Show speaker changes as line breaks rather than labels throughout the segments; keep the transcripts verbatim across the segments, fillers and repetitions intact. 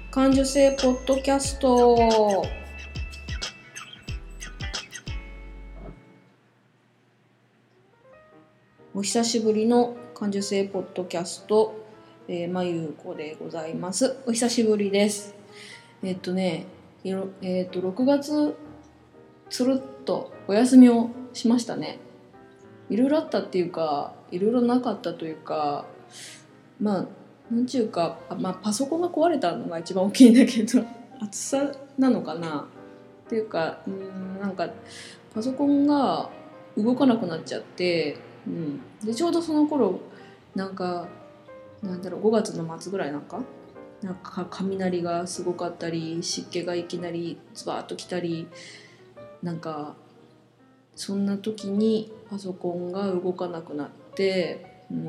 感受性ポッドキャスト。お久しぶりの感受性ポッドキャスト、えー、まゆこでございます。お久しぶりです。えっとね、えっとろくがつつるっとお休みをしましたね。いろいろあったっていうか、いろいろなかったというか、まあなんちゅうか、まあ、パソコンが壊れたのが一番大きいんだけど暑さなのかなっていうか、うーんなんかパソコンが動かなくなっちゃって、うん、でちょうどその頃なんかなんだろうごがつの末ぐらいなんかなんか雷がすごかったり、湿気がいきなりズバーッときたり、なんかそんな時にパソコンが動かなくなって、うん、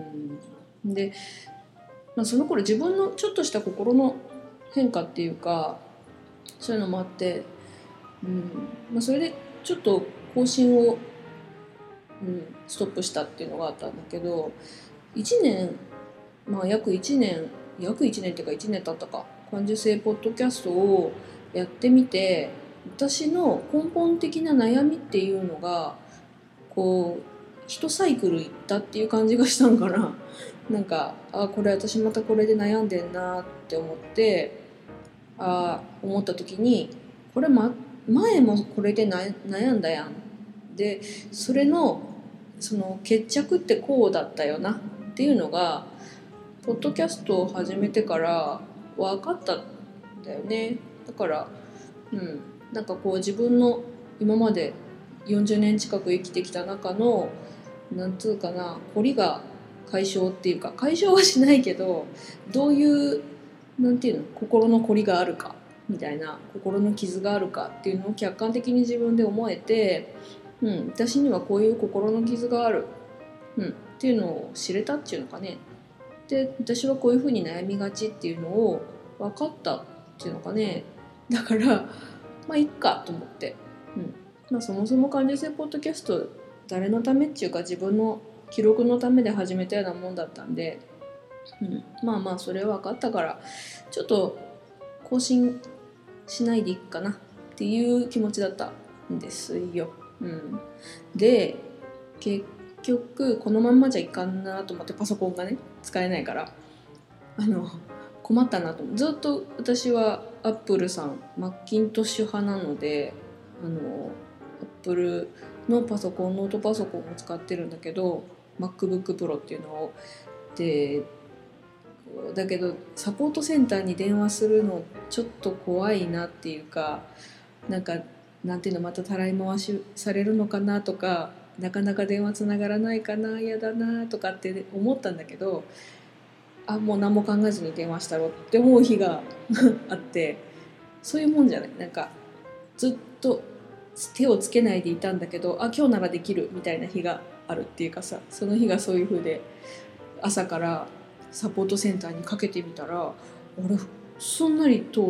でまあ、その頃自分のちょっとした心の変化っていうか、そういうのもあって、うんまあ、それでちょっと更新を、うん、ストップしたっていうのがあったんだけど、いちねん、まあ約いちねん約いちねんっていうかいちねん経ったか、感受性ポッドキャストをやってみて、私の根本的な悩みっていうのがこう一サイクルいったっていう感じがしたんかな。なんかあこれ私またこれで悩んでんなって思ってあ思った時に、これ、ま、前もこれで悩んだやんで、それのその決着ってこうだったよなっていうのがポッドキャストを始めてから分かったんだよね。だからうんなんかこう自分の今までよんじゅうねん近く生きてきた中のなんつうかな、凝りが解消っていうか、解消はしないけど、どういうなんていうの心の凝りがあるかみたいな、心の傷があるかっていうのを客観的に自分で思えて、うん、私にはこういう心の傷がある、うん、っていうのを知れたっていうのかね。で私はこういうふうに悩みがちっていうのを分かったっていうのかね。だからまあいっかと思って、うんまあ、そもそも感受性ポッドキャスト誰のためっていうか自分の記録のためで始めたようなもんだったんで、うん、まあまあそれは分かったからちょっと更新しないでいいかなっていう気持ちだったんですよ、うん、で結局このまんまじゃいかんなと思って、パソコンがね使えないからあの困ったなと思って、ずっと私はアップルさんマッキントッシュ派なので、あのアップルのパソコンノートパソコンを使ってるんだけど MacBook Pro っていうのをでだけどサポートセンターに電話するのちょっと怖いなっていうか、なんかなんていうのまたたらい回しされるのかなとか、なかなか電話つながらないかな嫌だなとかって思ったんだけど、あもう何も考えずに電話したろって思う日があって、そういうもんじゃない、なんかずっと手をつけないでいたんだけど、あ今日ならできるみたいな日があるっていうかさ、その日がそういう風で朝からサポートセンターにかけてみたら、俺すんなり通って、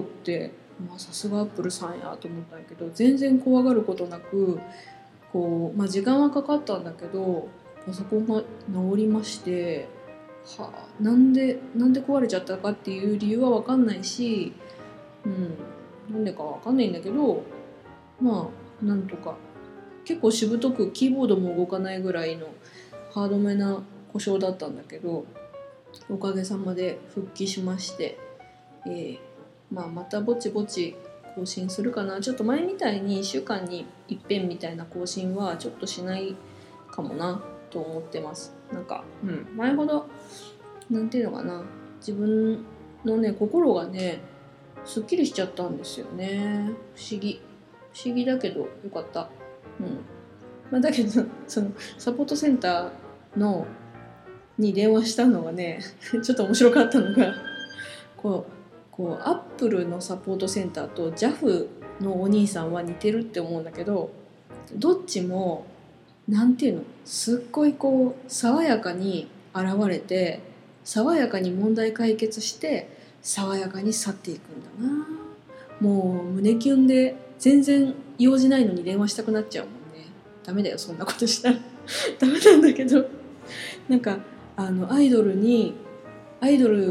まあさすがアップルさんやと思ったんだけど、全然怖がることなくこう、まあ、時間はかかったんだけどパソコンが治りまして、はあ、なんでなんで壊れちゃったかっていう理由は分かんないし、うん、なんでか分かんないんだけど、まあなんとか結構しぶとくキーボードも動かないぐらいのハードめな故障だったんだけど、おかげさまで復帰しまして、えーまあ、またぼちぼち更新するかな。ちょっと前みたいにいっしゅうかんに一遍みたいな更新はちょっとしないかもなと思ってます。なんか、うん、前ほどなんていうのかな、自分のね心がねすっきりしちゃったんですよね。不思議不思議だけどよかった。うんまあ、だけどそのサポートセンターのに電話したのがねちょっと面白かったのが、こうこうアップルのサポートセンターと ジャフ のお兄さんは似てるって思うんだけど、どっちもなんていうのすっごいこう爽やかに現れて、爽やかに問題解決して爽やかに去っていくんだな。もう胸キュンで全然用事ないのに電話したくなっちゃうもんね。ダメだよそんなことしたらダメなんだけど、なんかあのアイドルにアイドル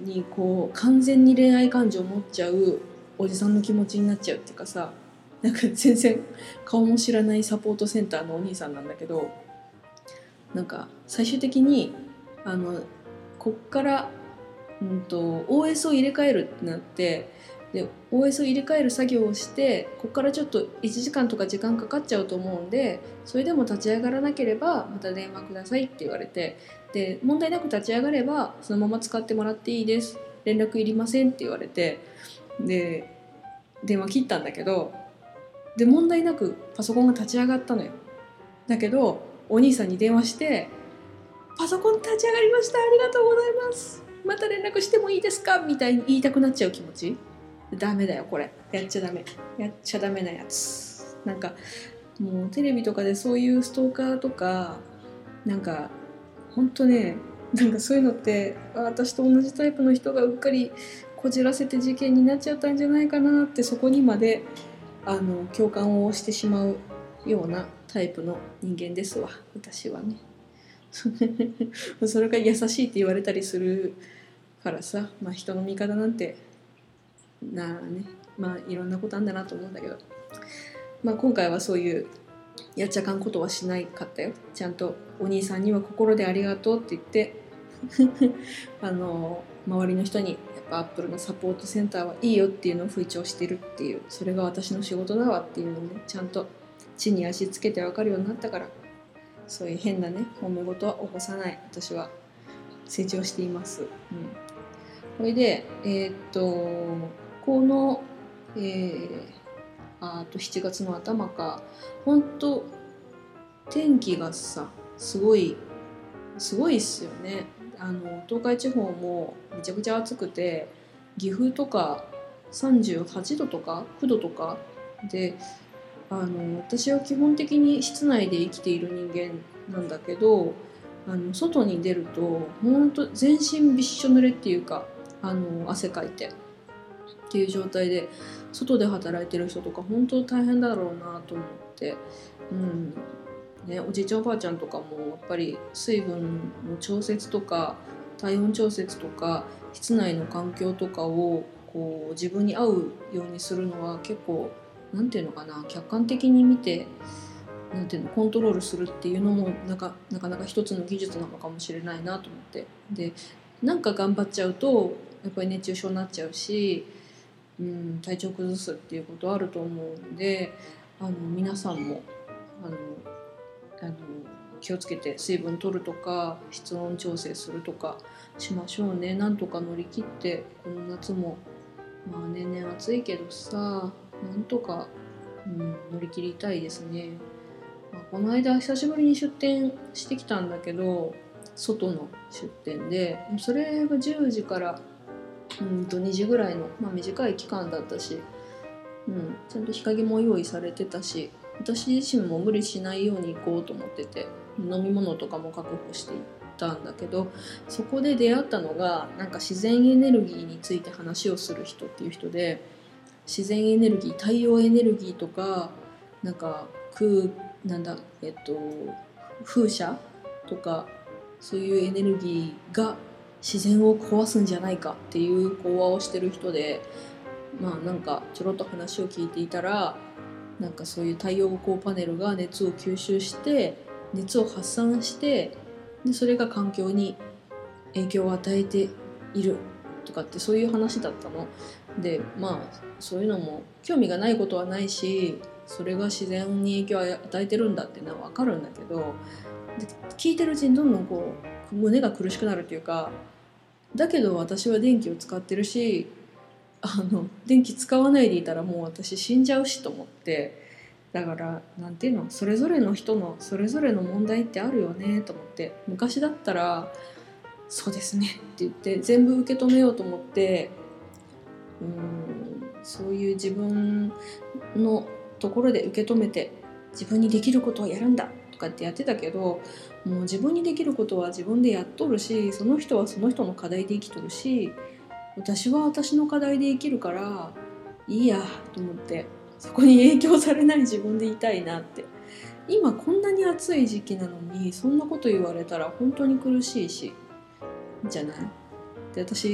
にこう完全に恋愛感情を持っちゃうおじさんの気持ちになっちゃうっていうかさ、なんか全然顔も知らないサポートセンターのお兄さんなんだけど、なんか最終的にあのこっから、うんと、オーエス を入れ替えるってなって、で オーエス を入れ替える作業をして、こっからちょっといちじかんとか時間かかっちゃうと思うんで、それでも立ち上がらなければまた電話くださいって言われて、で問題なく立ち上がればそのまま使ってもらっていいです、連絡いりませんって言われて、で電話切ったんだけど、で問題なくパソコンが立ち上がったのよ。だけどお兄さんに電話して、パソコン立ち上がりました、ありがとうございます、また連絡してもいいですかみたいに言いたくなっちゃう気持ち、ダメだよこれ、やっちゃダメ、やっちゃダメなやつ。なんかもうテレビとかでそういうストーカーとか、なんかほんとね、なんかそういうのって私と同じタイプの人がうっかりこじらせて事件になっちゃったんじゃないかなって、そこにまであの共感をしてしまうようなタイプの人間ですわ、私はね。それが優しいって言われたりするからさ、まあ、人の味方なんてなあね、まあいろんなことあんだなと思うんだけど、まあ、今回はそういうやっちゃかんことはしないかったよ。ちゃんとお兄さんには心でありがとうって言ってあの周りの人にやっぱアップルのサポートセンターはいいよっていうのを吹聴してるっていう、それが私の仕事だわっていうのをね、ちゃんと地に足つけて分かるようになったから、そういう変なね褒め事は起こさない、私は成長しています。うん、それでえー、っとこの、えー、あとしちがつの頭か、ほんと天気がさすごいすごいっすよね。あの東海地方もめちゃくちゃ暑くて、岐阜とかさんじゅうはちどとかきゅうどとかで、あの私は基本的に室内で生きている人間なんだけど、あの外に出るとほんと全身びっしょ濡れっていうか、あの汗かいてっていう状態で、外で働いてる人とか本当大変だろうなと思って、うんね、おじいちゃんおばあちゃんとかもやっぱり水分の調節とか体温調節とか室内の環境とかをこう自分に合うようにするのは結構なんていうのかな、客観的に見てなんていうのコントロールするっていうのもなかなかなか一つの技術なのかもしれないなと思って、でなんか頑張っちゃうとやっぱり熱中症になっちゃうし、うん、体調崩すっていうことあると思うんで、あの皆さんもあのあの気をつけて水分取るとか室温調整するとかしましょうね。なんとか乗り切ってこの夏もまあ年々暑いけどさ、なんとか、うん、乗り切りたいですね。まあ、この間久しぶりに出店してきたんだけど、外の出店でそれがじゅうじからうんとにじぐらいの、まあ、短い期間だったし、うん、ちゃんと日陰も用意されてたし、私自身も無理しないように行こうと思ってて飲み物とかも確保していったんだけど、そこで出会ったのがなんか自然エネルギーについて話をする人っていう人で、自然エネルギー、太陽エネルギーとかなんか空なんだえっと風車とかそういうエネルギーが自然を壊すんじゃないかっていう講話をしてる人で、まあなんかちょろっと話を聞いていたら、なんかそういう太陽光パネルが熱を吸収して熱を発散して、でそれが環境に影響を与えているとかってそういう話だったので、まあそういうのも興味がないことはないし、それが自然に影響を与えてるんだっていうのは分かるんだけど、で聞いてるうちにどんどんこう胸が苦しくなるっていうか、だけど私は電気を使ってるし、あの電気使わないでいたらもう私死んじゃうしと思って、だからなんていうの、それぞれの人のそれぞれの問題ってあるよねと思って、昔だったらそうですねって言って全部受け止めようと思って、うーんそういう自分のところで受け止めて自分にできることをやるんだとかってやってたけど、もう自分にできることは自分でやっとるし、その人はその人の課題で生きとるし、私は私の課題で生きるからいいやと思って、そこに影響されない自分でいたいなって。今こんなに暑い時期なのにそんなこと言われたら本当に苦しいしじゃない。で私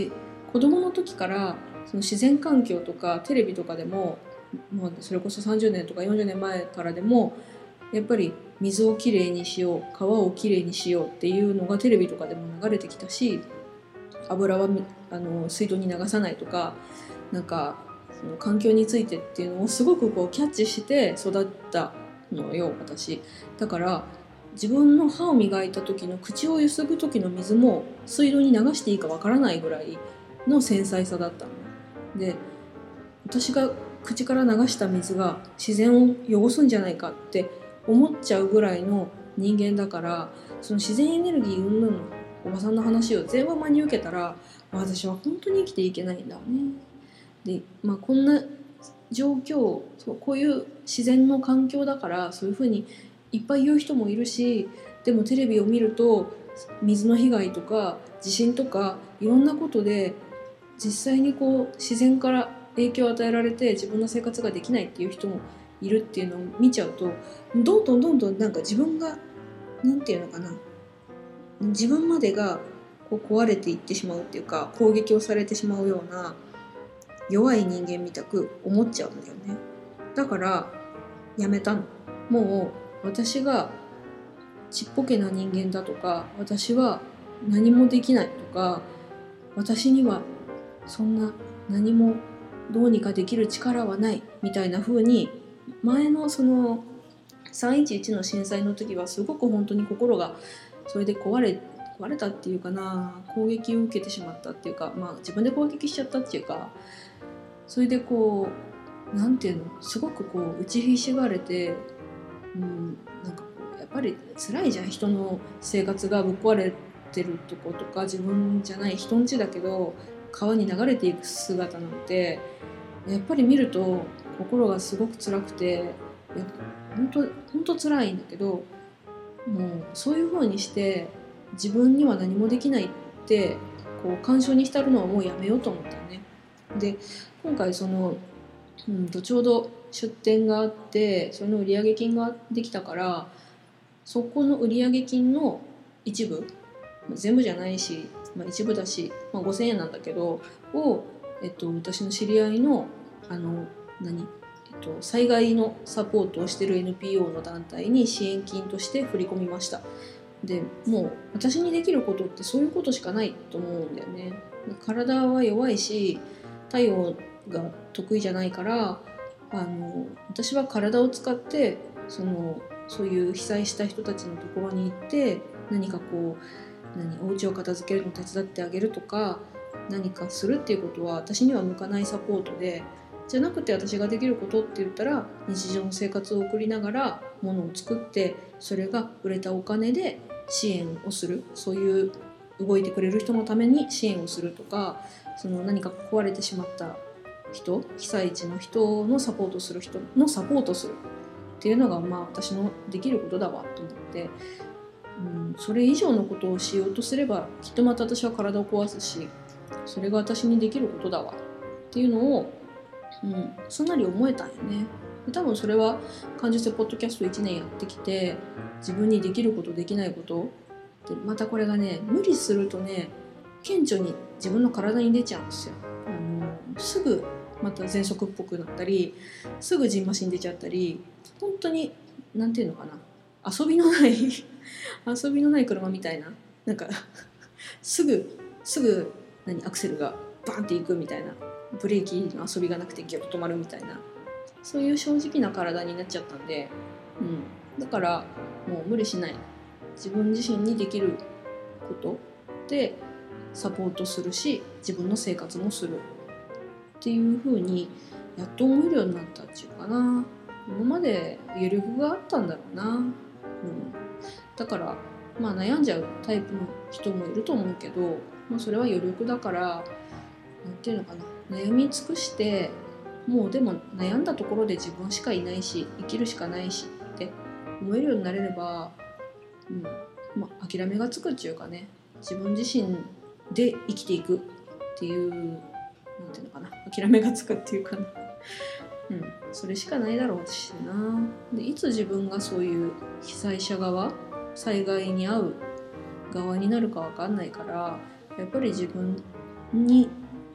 子供の時からその自然環境とかテレビとかでも、もうそれこそさんじゅうねんとかよんじゅうねんまえからでもやっぱり水をきれいにしよう、川をきれいにしようっていうのがテレビとかでも流れてきたし、油はあの水道に流さないとか、なんかその環境についてっていうのをすごくこうキャッチして育ったのよ私。だから自分の歯を磨いた時の口をゆすぐ時の水も水道に流していいかわからないぐらいの繊細さだったので、私が口から流した水が自然を汚すんじゃないかって思っちゃうぐらいの人間だから、その自然エネルギー云々のおばさんの話を全部真に受けたら、私は本当に生きていけないんだよね。で、まあ、こんな状況、そうこういう自然の環境だからそういうふうにいっぱい言う人もいるし、でもテレビを見ると水の被害とか地震とかいろんなことで実際にこう自然から影響を与えられて自分の生活ができないっていう人もいるっていうのを見ちゃうと、どんどんどんどんなんか自分がなんていうのかな、自分までがこう壊れていってしまうっていうか、攻撃をされてしまうような弱い人間みたく思っちゃうんだよね。だからやめたの。もう私がちっぽけな人間だとか、私は何もできないとか、私にはそんな何もどうにかできる力はないみたいな風に、前のそのさんいちいちの震災の時はすごく本当に心がそれで壊れ壊れたっていうかな、攻撃を受けてしまったっていうか、まあ自分で攻撃しちゃったっていうか、それでこうなんていうの、すごくこう打ちひしがれて、うん、なんかこうやっぱり辛いじゃん、人の生活がぶっ壊れてるとことか、自分じゃない人ん家だけど川に流れていく姿なんてやっぱり見ると心がすごく辛くて、いや本当本当辛いんだけど、もうそういう風にして自分には何もできないってこう感傷に浸るのはもうやめようと思ったよね。で今回その、うん、とちょうど出店があって、その売上金ができたから、そこの売上金の一部、全部じゃないし、まあ、一部だし、まあ、ごせんえんなんだけどを、えっと、私の知り合いのあの何、えっと、災害のサポートをしてる エヌピーオー の団体に支援金として振り込みました。でもう私にできることってそういうことしかないと思うんだよね。体は弱いし対応が得意じゃないから、あの私は体を使ってそのそういう被災した人たちのところに行って何かこう何お家を片付けるの手伝ってあげるとか何かするっていうことは私には向かないサポートで、じゃなくて私ができることって言ったら日常の生活を送りながら物を作って、それが売れたお金で支援をする、そういう動いてくれる人のために支援をするとか、その何か壊れてしまった人、被災地の人のサポートする人のサポートするっていうのがまあ私のできることだわと思って、うん、それ以上のことをしようとすればきっとまた私は体を壊すし、それが私にできることだわっていうのを、うん、すんなり思えたんよね。で多分それは感受性ポッドキャストいちねんやってきて、自分にできることできないことで、またこれがね、無理するとね顕著に自分の体に出ちゃうんですよ。あのすぐまた喘息っぽくなったり、すぐジンマシン出ちゃったり、本当になんていうのかな、遊びのない遊びのない車みたいな、なんかすぐすぐ何アクセルがバンっていくみたいな、ブレーキの遊びがなくてギュッと止まるみたいな、そういう正直な体になっちゃったんで、うん、だからもう無理しない、自分自身にできることでサポートするし自分の生活もするっていう風にやっと思えるようになったっていうかな。今まで余力があったんだろうな、うん、だからまあ悩んじゃうタイプの人もいると思うけど、まあ、それは余力だから、なんていうのかな、悩み尽くしてもうでも悩んだところで自分しかいないし生きるしかないしって思えるようになれれば、うんまあ、諦めがつくっていうかね、自分自身で生きていくっていう、なんていうのかな、諦めがつくっていうかな、うん、それしかないだろうしな。でいつ自分がそういう被災者側、災害に遭う側になるか分かんないから、やっぱり自分に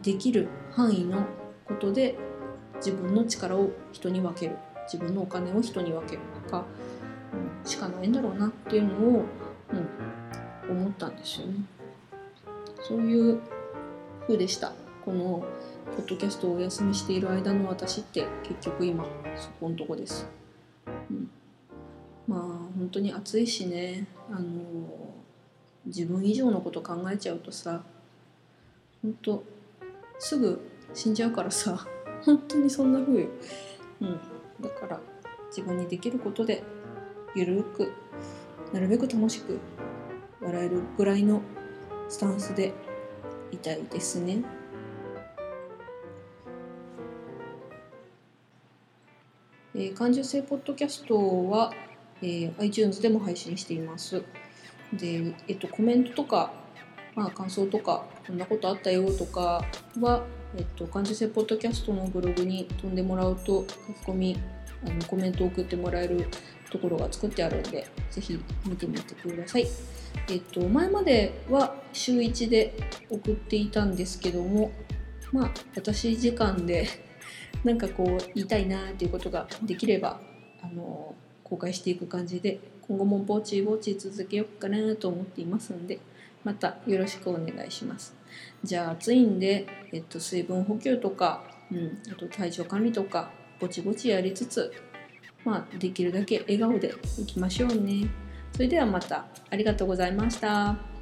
できる範囲のことで自分の力を人に分ける、自分のお金を人に分けるとか、うん、しかないんだろうなっていうのを、うん、思ったんですよね。そういう風でした。このポッドキャストをお休みしている間の私って結局今そこのとこです、うん、まあ本当に暑いしね、あの自分以上のこと考えちゃうとさ、本当すぐ死んじゃうからさ、本当にそんな風よ、うん、だから自分にできることでゆるくなるべく楽しく笑えるぐらいのスタンスでいたいですね。えー、感受性ポッドキャストは、えー、iTunes でも配信しています。で、えっと、コメントとか、まあ、感想とかこんなことあったよとかは、えっと、感受性ポッドキャストのブログに飛んでもらうと書き込みあのコメントを送ってもらえるところが作ってあるんで、ぜひ見てみてください。えっと、前までは週いちで送っていたんですけども、まあ私時間でなんかこう言いたいなっていうことができればあの公開していく感じで、今後もぼちぼち続けようかなと思っていますので、またよろしくお願いします。じゃあ暑いんで、えっと、水分補給とか、うん、あと体調管理とかぼちぼちやりつつ、まあ、できるだけ笑顔でいきましょうね。それではまた。ありがとうございました。